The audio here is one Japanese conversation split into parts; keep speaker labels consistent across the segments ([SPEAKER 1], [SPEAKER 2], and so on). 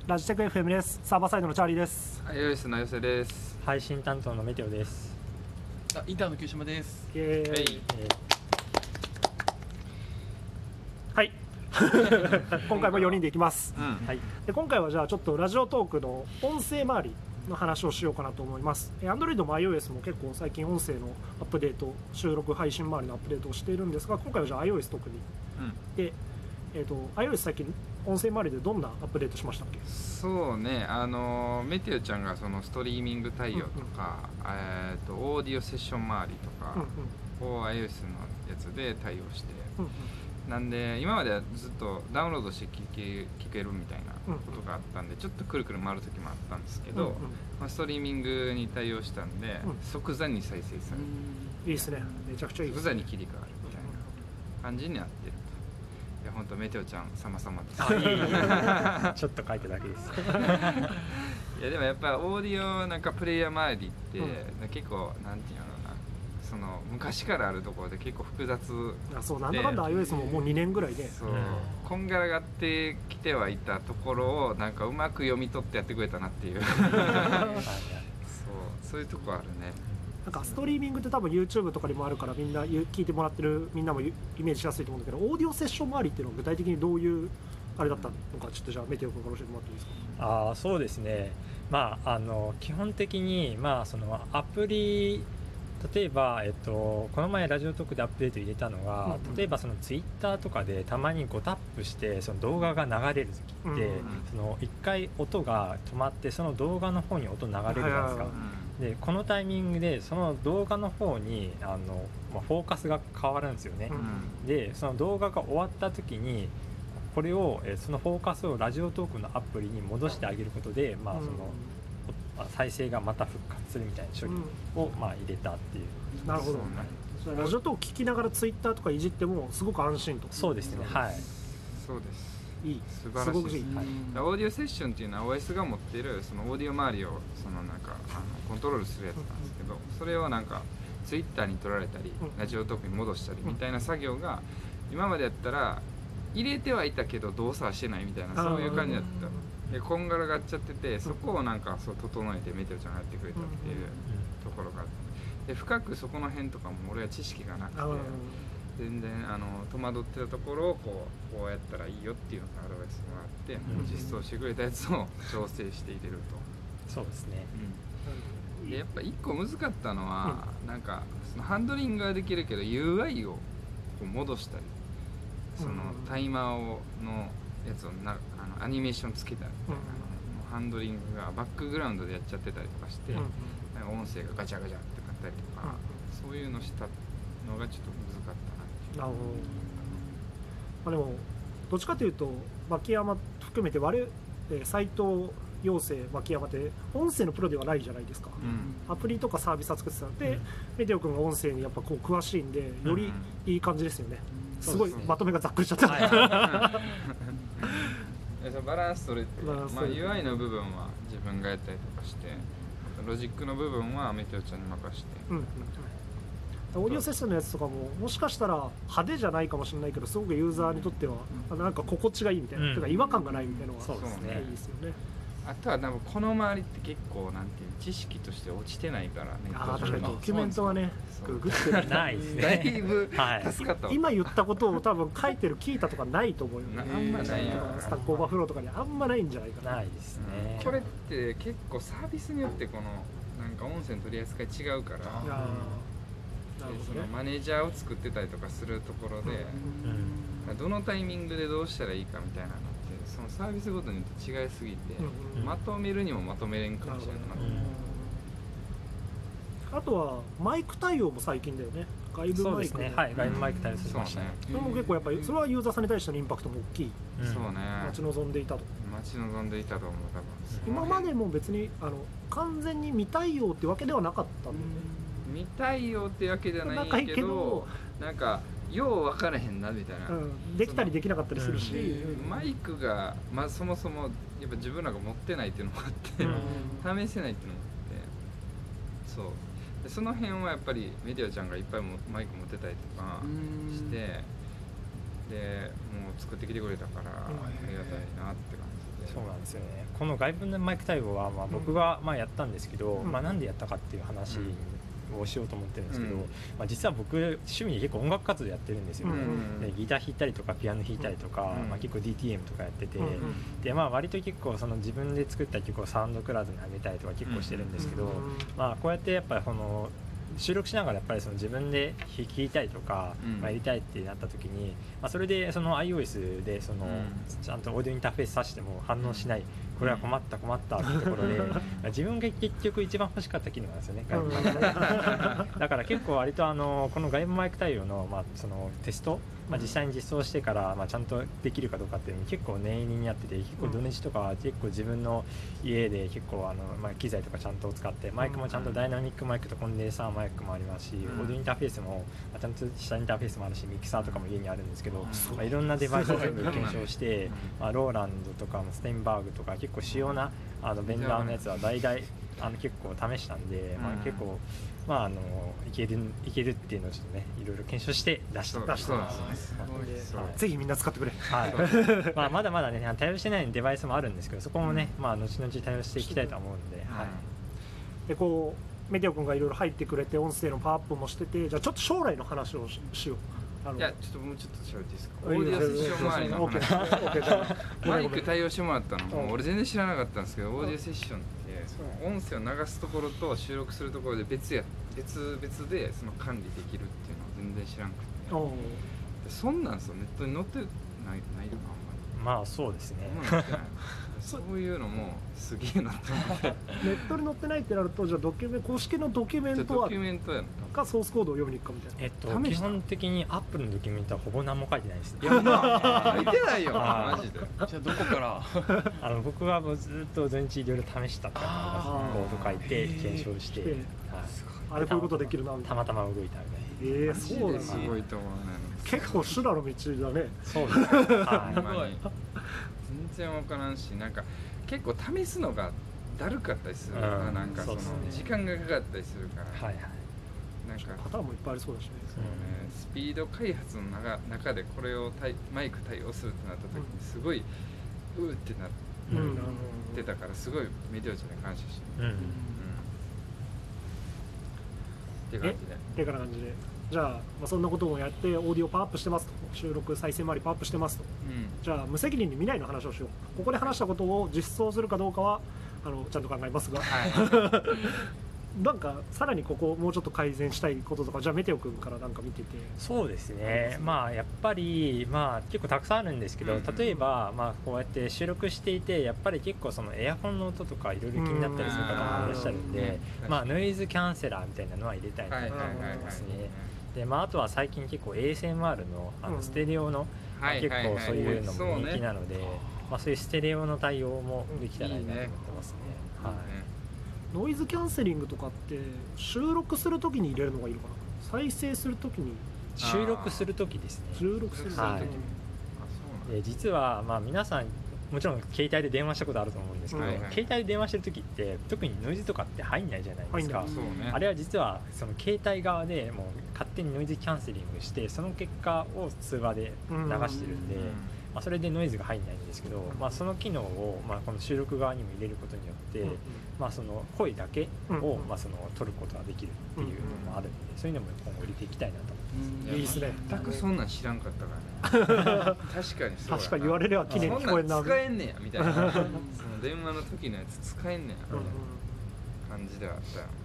[SPEAKER 1] ラジテク FM です。サーバーサイドのチャーリーです。
[SPEAKER 2] iOS のよせです。
[SPEAKER 3] 配信担当のメテオです。
[SPEAKER 4] インターの九島です。
[SPEAKER 1] はい今回も4人でいきます、はい、で今回はじゃあちょっとラジオトークの音声周りの話をしようかなと思います。Android も iOS も結構最近音声のアップデート、収録配信周りのアップデートをしているんですが、今回はじゃあ iOS 特に、で、iOS 最近音声周りでどんなアップデートしましたっけ？
[SPEAKER 2] そうね、メテオちゃんがそのストリーミング対応とか、オーディオセッション周りとかを iOS のやつで対応して、なんで今まではずっとダウンロードして聞けるみたいなことがあったんで、ちょっとくるくる回る時もあったんですけど、ストリーミングに対応したんで、即座に再生される。
[SPEAKER 1] いいですね、めちゃくちゃいいです。
[SPEAKER 2] 即座に切り替わるみたいな感じになってる。いや本当メテオちゃん様々です。
[SPEAKER 3] ちょっと書いただけです。
[SPEAKER 2] いやでもやっぱオーディオなんかプレイヤー周りって、結構なんていうのかな、その昔からあるところで結構複雑で、
[SPEAKER 1] そうなんだかんだ iOS ももう2年ぐらいで、
[SPEAKER 2] そうこんがらがってきてはいたところをなんかうまく読み取ってやってくれたなっていうそういうとこあるね。
[SPEAKER 1] なんかストリーミングって多分 YouTube とかにもあるから、みんな聞いてもらってるみんなもイメージしやすいと思うんだけど、オーディオセッション周りっていうのは具体的にどういうあれだったのか、ちょっとじゃあメテオ君から教えてもらっていいですか？
[SPEAKER 3] そうですね、基本的に、そのアプリ、例えば、この前ラジオトークでアップデート入れたのが、例えばそのツイッターとかでたまにタップしてその動画が流れる時って、その1回音が止まってその動画の方に音流れるじゃないですか。でこのタイミングでその動画の方にフォーカスが変わるんですよね。でその動画が終わった時にこれをそのフォーカスをラジオトークのアプリに戻してあげることで、その再生がまた復活するみたいな処理を入れたっていう。
[SPEAKER 1] なるほど、ラジオトーク聞きながらツイッターとかいじってもすごく安心と。
[SPEAKER 3] そうですね、はい、
[SPEAKER 2] そうです。
[SPEAKER 1] いい、
[SPEAKER 2] 素晴らしいです。オーディオセッションっていうのは OS が持っているそのオーディオ周りをそのなんかコントロールするやつなんですけど、それをなんかツイッターに取られたり、ラジオトークに戻したりみたいな作業が今までやったら入れてはいたけど動作はしてないみたいな、そういう感じだった。でこんがらがっちゃってて、そこをなんかそう整えてメテオちゃんがやってくれたっていうところがあって、で深くそこの辺とかも俺は知識がなくて全然戸惑ってたところをこうやったらいいよっていうのがアドバイスがあって、実装してくれたやつを調整して入れると。
[SPEAKER 3] そうですね、
[SPEAKER 2] でやっぱ一個難かったのは、なんかそのハンドリングができるけど UI をこう戻したり、そのタイマーのやつをアニメーションつけたりみたいなのハンドリングがバックグラウンドでやっちゃってたりとかして、なんか音声がガチャガチャってなったりとか、そういうのしたのがちょっと難かったな。
[SPEAKER 1] なるほど。でもどっちかというと牧山含めて斉藤、陽生、牧山って音声のプロではないじゃないですか。アプリとかサービスは作ってたので、メテオ君が音声にやっぱこう詳しいんで、よりいい感じですよね。すごいまとめがざっくりしちゃった、
[SPEAKER 2] バランス取れて、UI の部分は自分がやったりとかして、ロジックの部分はメテオちゃんに任せて、
[SPEAKER 1] オーディオセッションのやつとかももしかしたら派手じゃないかもしれないけど、すごくユーザーにとってはなんか心地がいいみたいな、というか違和感がないみたいなのがいいですよね。
[SPEAKER 2] あとは多分この周りって結構なんていう知識として落ちてないからね。
[SPEAKER 1] 確かにドキュメントはね、ググって
[SPEAKER 3] ないですね。
[SPEAKER 2] だいぶ助かったわ。
[SPEAKER 1] 今言ったことを多分書いてる聞いたとかないと思うよね。
[SPEAKER 2] あんまないよ。
[SPEAKER 1] スタックオーバーフローとかにあんまないんじゃないかな。
[SPEAKER 3] ないですね。
[SPEAKER 2] これって結構サービスによってこのなんか音声の取り扱い違うから、そのマネージャーを作ってたりとかするところで、どのタイミングでどうしたらいいかみたいなのってそのサービスごとによって違いすぎて、まとめるにもまとめれんかもしれない。
[SPEAKER 1] あとはマイク対応も最近だよね。外部マイク。
[SPEAKER 3] はい、外部マイク対応しましたね。
[SPEAKER 1] それも結構やっぱりそれはユーザーさんに対してのインパクトも大きい。
[SPEAKER 2] そうね。
[SPEAKER 1] 待ち望んでいたと。
[SPEAKER 2] 待ち望んでいたと思う。多
[SPEAKER 1] 分今までも別に完全に未対応ってわけではなかったんだよね。
[SPEAKER 2] 未対応ってわけじゃないけど、なんかよう分からへんなみたいな、
[SPEAKER 1] できたりできなかったりするし、
[SPEAKER 2] マイクが、そもそもやっぱ自分らが持ってないっていうのもあって、試せないっていうのもあって、そうでその辺はやっぱりメディアちゃんがいっぱいマイク持ってたりとかして、でもう作ってきてくれたからありがたいなって感じで、
[SPEAKER 3] そうなんですよね。この外部のマイク対応は、僕がやったんですけど、なんでやったかっていう話をしようと思ってるんですけど、実は僕趣味で結構音楽活動やってるんですよ、でギター弾いたりとかピアノ弾いたりとか、結構 DTM とかやってて、で割と結構その自分で作った曲をサウンドクラウドに上げたりとか結構してるんですけど、こうやってやっぱり収録しながらやっぱりその自分で弾いたりとか、やりたいってなった時に、それでその iOS でちゃんとオーディオインターフェースさしても反応しない、これは困ったっていうところで自分が結局一番欲しかった機能なんですよね、外部マイク対応だから結構割とこの外部マイク対応のそのテスト、実際に実装してからちゃんとできるかどうかっていうのに結構念入りにやってて、結構土日とかは結構自分の家で結構機材とかちゃんと使って、マイクもちゃんとダイナミックマイクとコンデンサーマイクもありますし、オーディオインターフェースもちゃんとしたインターフェースもあるし、ミキサーとかも家にあるんですけど、いろんなデバイスを全部検証して、ローランドとかステインバーグとか結構主要なベンダーのやつは大々結構試したんで、結構いけるっていうのをちょっとね、いろいろ検証して出してますね。
[SPEAKER 1] ぜひみんな使ってくれ。
[SPEAKER 3] まだまだね対応してないデバイスもあるんですけど、そこもね、後々対応していきたいと思うんで。
[SPEAKER 1] でメテオ君がいろいろ入ってくれて音声のパワーアップもしてて、じゃあちょっと将来の話をしよう。
[SPEAKER 2] いや、ちょっともうちょっと喋っていいですか。オーディオセッション周りの話。マイク対応してもらったのも俺全然知らなかったんですけど、オーディオセッションってその音声を流すところと収録するところで別々でその管理できるっていうのを全然知らんくて、そんなんネットに載ってないのかあんまり。
[SPEAKER 3] そうですね。
[SPEAKER 2] そういうのもすげえなと思って。
[SPEAKER 1] ネットに載ってないってなると、じゃあ公式のドキュメントはかソースコードを読みに行くかみたいな。
[SPEAKER 3] 基本的にアップルのドキュメントはほぼ何も書いてないですね。
[SPEAKER 2] いや書いてないよマジで。
[SPEAKER 4] じゃあどこから
[SPEAKER 3] 僕はもうずっと土日いろいろ試したってコード書いて検証して、
[SPEAKER 1] あれこういうことできるなみたいな。
[SPEAKER 3] たまたま動いたみたいな。
[SPEAKER 1] そうだね。
[SPEAKER 2] すごいと思うね。
[SPEAKER 1] 結構修羅の道だね。
[SPEAKER 3] そうですね。
[SPEAKER 2] 全然分からんし、なんか結構試すのがだるかったりするから、なんかその時間がかかったりするから、なんか
[SPEAKER 1] パターンもいっぱいありそうだしね。
[SPEAKER 2] スピード開発の中でこれをマイク対応するってなった時にすごいうーってなってたから、すごいメディオちゃんに感謝してる。って感じで。
[SPEAKER 1] って感じで。じゃあ、そんなこともやってオーディオパワーアップしてますと、収録再生周りパワーアップしてますと、じゃあ無責任に未来の話をしよう。ここで話したことを実装するかどうかはちゃんと考えますが、なんかさらにここもうちょっと改善したいこととか、じゃあメテオ君からなんか見てて。
[SPEAKER 3] そうですね、やっぱり結構たくさんあるんですけど、例えばこうやって収録していてやっぱり結構そのエアコンの音とかいろいろ気になったりする方もいらっしゃるんで、ノイズキャンセラーみたいなのは入れたいなと思いますね。であとは最近結構 ASMR のステレオの結構そういうのも人気なので、そういうステレオの対応もできたらいいなと思ってますね。
[SPEAKER 1] ノイズキャンセリングとかって収録するときに入れるのがいいのかな。再生するときに。
[SPEAKER 3] 収録するときですね。
[SPEAKER 1] 収録するときに。
[SPEAKER 3] 実は皆さんもちろん携帯で電話したことあると思うんですけど、携帯で電話してるときって特にノイズとかって入んないじゃないですか。あれは実はその携帯側でもう勝手にノイズキャンセリングして、その結果を通話で流してるんで、それでノイズが入んないんですけど、その機能をこの収録側にも入れることによって、その声だけを取ることができるっていうのもあるんで、そういうのも今後入れていきたいなと思ってます。
[SPEAKER 1] いいですね。
[SPEAKER 2] 全くそんなん知らんかったからね。確かにそうだな。
[SPEAKER 1] 確かに言われれば綺麗に聞こえんな。
[SPEAKER 2] そんなん使えんねやみたいな。その電話の時のやつ使えんねやみたいな感じではあったよ。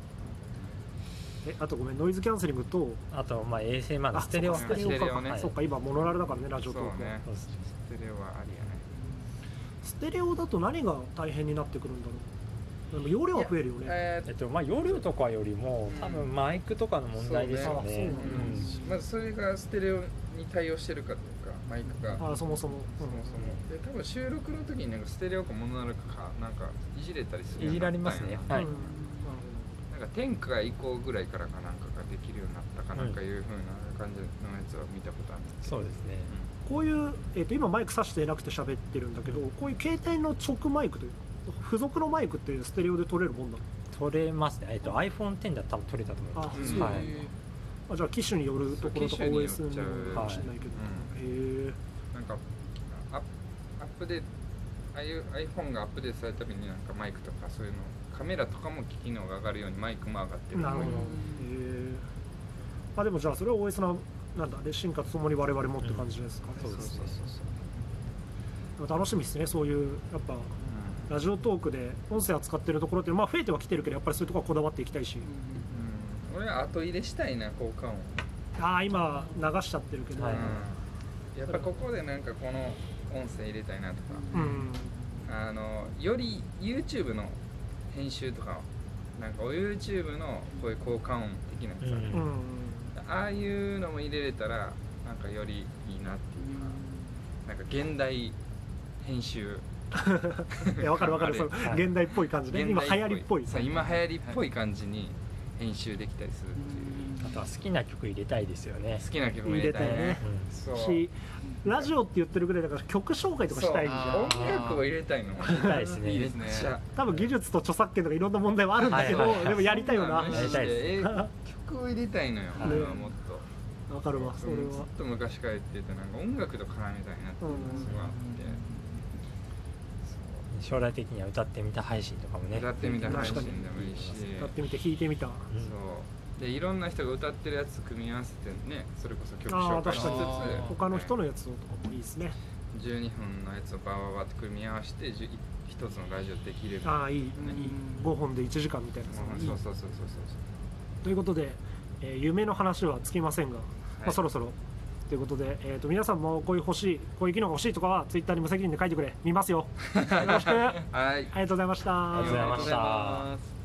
[SPEAKER 1] あとごめん、ノイズキャンセリングと
[SPEAKER 3] あとASMR のステレオ
[SPEAKER 1] か。そうか、今モノラルだからね、ラジオトーク。
[SPEAKER 2] ステレオはありやね。
[SPEAKER 1] ステレオだと何が大変になってくるんだろう。容量は増えるよね。
[SPEAKER 3] 容量とかよりも多分マイクとかの問題ですよね。
[SPEAKER 2] まずそれがステレオに対応してるかとか、マイクが
[SPEAKER 1] そもそも
[SPEAKER 2] で、多分収録の時になんかステレオかモノラルかなんかいじれたりするようになったんや。
[SPEAKER 3] いじられますね。はい。
[SPEAKER 2] なんか天下以降ぐらいからかなんかができるようになったかなんかいう風な感じのやつは見たことあるんですけど。
[SPEAKER 3] そうですね。
[SPEAKER 1] こういう今マイク挿してなくて喋ってるんだけど、こういう携帯の直マイクという付属のマイクってステレオで撮れるもんなの？
[SPEAKER 3] 撮れますね。iPhone X だったら多分撮れたと思います。
[SPEAKER 1] はい。じゃあ機種によるところとか OS によるかもしれないけど。
[SPEAKER 2] なんかアップデートあいう iPhone がアップデートされたたびになんかマイクとかそういうのカメラとかも機能が上がるようにマイクも上がってる。
[SPEAKER 1] なるほど。でもじゃあそれを OS のなんだで進化とともに我々もって感じですかね。
[SPEAKER 2] そうそうそうそう。
[SPEAKER 1] 楽しみですね。そういうやっぱ、ラジオトークで音声扱ってるところってまあ増えてはきてるけどやっぱりそういうところはこだわっていきたいし。
[SPEAKER 2] 俺は後入れしたいな効果音。
[SPEAKER 1] 今流しちゃってるけど。
[SPEAKER 2] やっぱここでなんかこの音声入れたいなとか。より YouTube の編集とかなんか YouTube のこういう効果音的なやつああいうのも入れれたらなんかよりいいなっていうか、なんか現代編集
[SPEAKER 1] いや分かる分かる、その現代っぽい感じで、今流行りっぽい、
[SPEAKER 2] 今流行りっぽい感じに編集できたりするっていう。
[SPEAKER 3] あとは好きな曲入れたいですよね。
[SPEAKER 2] 好きな曲も入れたいね。
[SPEAKER 1] しラジオって言ってるぐらいだから曲紹介とかしたいんじゃん。
[SPEAKER 2] 音楽を入れたいの。
[SPEAKER 3] 入れたいですね。
[SPEAKER 2] いいですね。
[SPEAKER 1] 多分技術と著作権とかいろんな問題はあるんだけど、でもやりたいよな。
[SPEAKER 3] やりたいです。
[SPEAKER 2] 曲を入れたいのよ。もっと。
[SPEAKER 1] わかるわ。それは。
[SPEAKER 2] ずっと昔から言っててなんか音楽と絡めたいなっていうのがあって。
[SPEAKER 3] 将来的には歌ってみた配信とかもね。
[SPEAKER 2] 歌ってみた配信でもいいし。
[SPEAKER 1] 歌ってみて弾いてみた。
[SPEAKER 2] そう。でいろんな人が歌ってるやつ組み合わせてね、それこそ曲紹介しつつ
[SPEAKER 1] 他の人のやつとかもいいですね。
[SPEAKER 2] 12分のやつをバーバーバーって組み合わせて一つのラジオできれば
[SPEAKER 1] いい5本で1時間みたいな。
[SPEAKER 2] そう
[SPEAKER 1] ということで、夢の話はつきませんが、そろそろということで、皆さんもこういう機能が欲しいとかは Twitter に無責任で書いてくれ、見ますよ。よろしく。
[SPEAKER 2] はい、あり
[SPEAKER 1] がとうございました。
[SPEAKER 3] ありがとうございました。